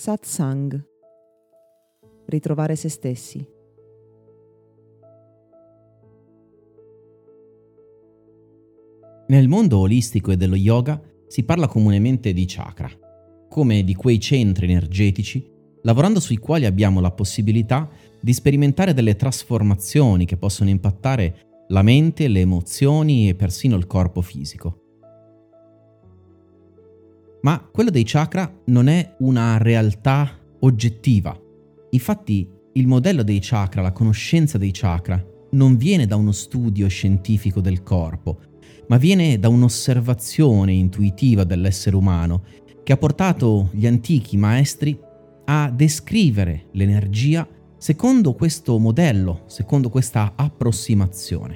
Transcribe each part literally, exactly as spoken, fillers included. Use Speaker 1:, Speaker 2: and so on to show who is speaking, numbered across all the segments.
Speaker 1: Satsang. Ritrovare se stessi.
Speaker 2: Nel mondo olistico e dello yoga si parla comunemente di chakra, come di quei centri energetici lavorando sui quali abbiamo la possibilità di sperimentare delle trasformazioni che possono impattare la mente, le emozioni e persino il corpo fisico. Ma quello dei chakra non è una realtà oggettiva. Infatti, il modello dei chakra, la conoscenza dei chakra, non viene da uno studio scientifico del corpo, ma viene da un'osservazione intuitiva dell'essere umano che ha portato gli antichi maestri a descrivere l'energia secondo questo modello, secondo questa approssimazione.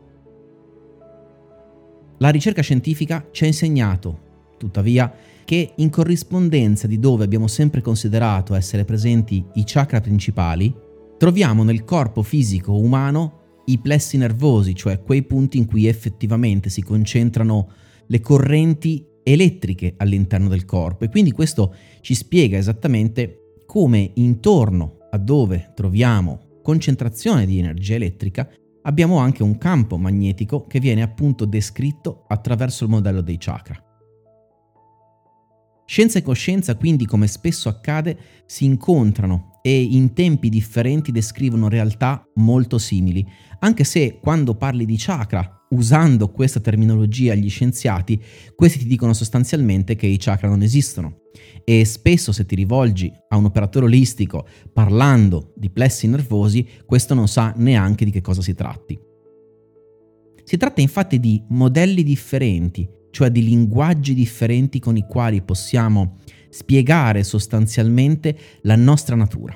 Speaker 2: La ricerca scientifica ci ha insegnato, tuttavia, che in corrispondenza di dove abbiamo sempre considerato essere presenti i chakra principali, troviamo nel corpo fisico umano i plessi nervosi, cioè quei punti in cui effettivamente si concentrano le correnti elettriche all'interno del corpo. E quindi questo ci spiega esattamente come intorno a dove troviamo concentrazione di energia elettrica abbiamo anche un campo magnetico che viene appunto descritto attraverso il modello dei chakra. Scienza e coscienza, quindi, come spesso accade, si incontrano e in tempi differenti descrivono realtà molto simili, anche se quando parli di chakra, usando questa terminologia agli scienziati, questi ti dicono sostanzialmente che i chakra non esistono. E spesso se ti rivolgi a un operatore olistico parlando di plessi nervosi, questo non sa neanche di che cosa si tratti. Si tratta infatti di modelli differenti, cioè di linguaggi differenti con i quali possiamo spiegare sostanzialmente la nostra natura.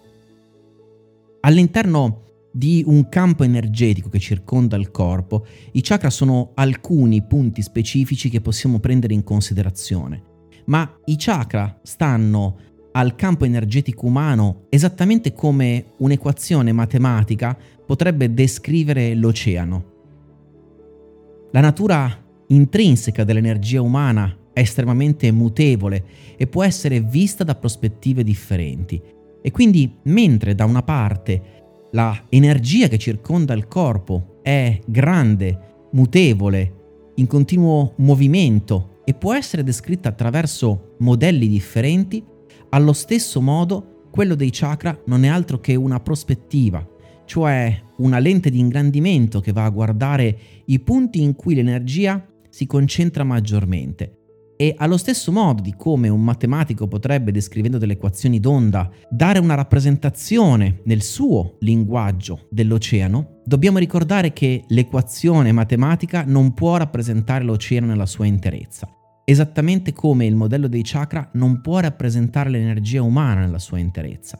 Speaker 2: All'interno di un campo energetico che circonda il corpo, i chakra sono alcuni punti specifici che possiamo prendere in considerazione, ma i chakra stanno al campo energetico umano esattamente come un'equazione matematica potrebbe descrivere l'oceano. La natura intrinseca dell'energia umana è estremamente mutevole e può essere vista da prospettive differenti. E quindi, mentre da una parte la energia che circonda il corpo è grande, mutevole, in continuo movimento e può essere descritta attraverso modelli differenti, allo stesso modo quello dei chakra non è altro che una prospettiva, cioè una lente di ingrandimento che va a guardare i punti in cui l'energia si concentra maggiormente. E allo stesso modo di come un matematico potrebbe, descrivendo delle equazioni d'onda, dare una rappresentazione nel suo linguaggio dell'oceano, dobbiamo ricordare che l'equazione matematica non può rappresentare l'oceano nella sua interezza, esattamente come il modello dei chakra non può rappresentare l'energia umana nella sua interezza.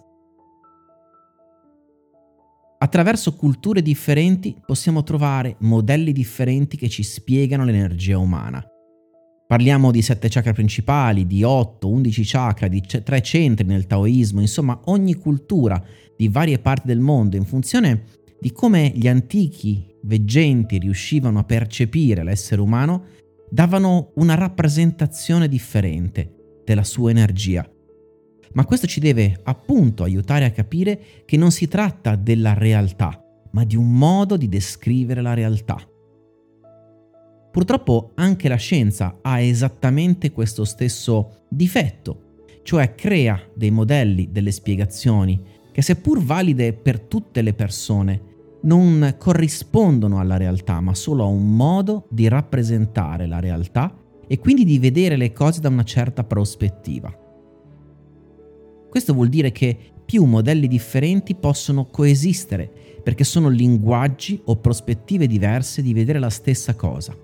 Speaker 2: Attraverso culture differenti possiamo trovare modelli differenti che ci spiegano l'energia umana. Parliamo di sette chakra principali, di otto, undici chakra, di c- tre centri nel taoismo, insomma ogni cultura di varie parti del mondo, in funzione di come gli antichi veggenti riuscivano a percepire l'essere umano, davano una rappresentazione differente della sua energia. Ma questo ci deve appunto aiutare a capire che non si tratta della realtà, ma di un modo di descrivere la realtà. Purtroppo anche la scienza ha esattamente questo stesso difetto, cioè crea dei modelli, delle spiegazioni che, seppur valide per tutte le persone, non corrispondono alla realtà, ma solo a un modo di rappresentare la realtà e quindi di vedere le cose da una certa prospettiva. Questo vuol dire che più modelli differenti possono coesistere, perché sono linguaggi o prospettive diverse di vedere la stessa cosa.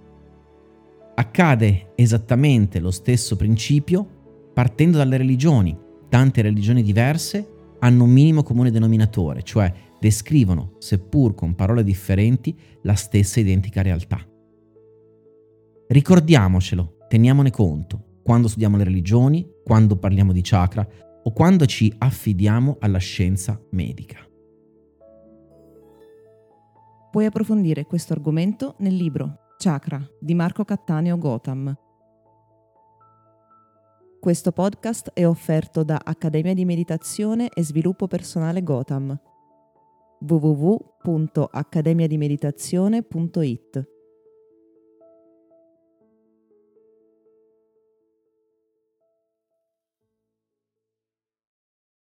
Speaker 2: Accade esattamente lo stesso principio partendo dalle religioni. Tante religioni diverse hanno un minimo comune denominatore, cioè descrivono, seppur con parole differenti, la stessa identica realtà. Ricordiamocelo, teniamone conto, quando studiamo le religioni, quando parliamo di chakra o quando ci affidiamo alla scienza medica.
Speaker 1: Puoi approfondire questo argomento nel libro Chakra di Marco Cattaneo Gautam. Questo podcast è offerto da Accademia di Meditazione e Sviluppo Personale Gotham. w w w punto accademia di meditazione punto i t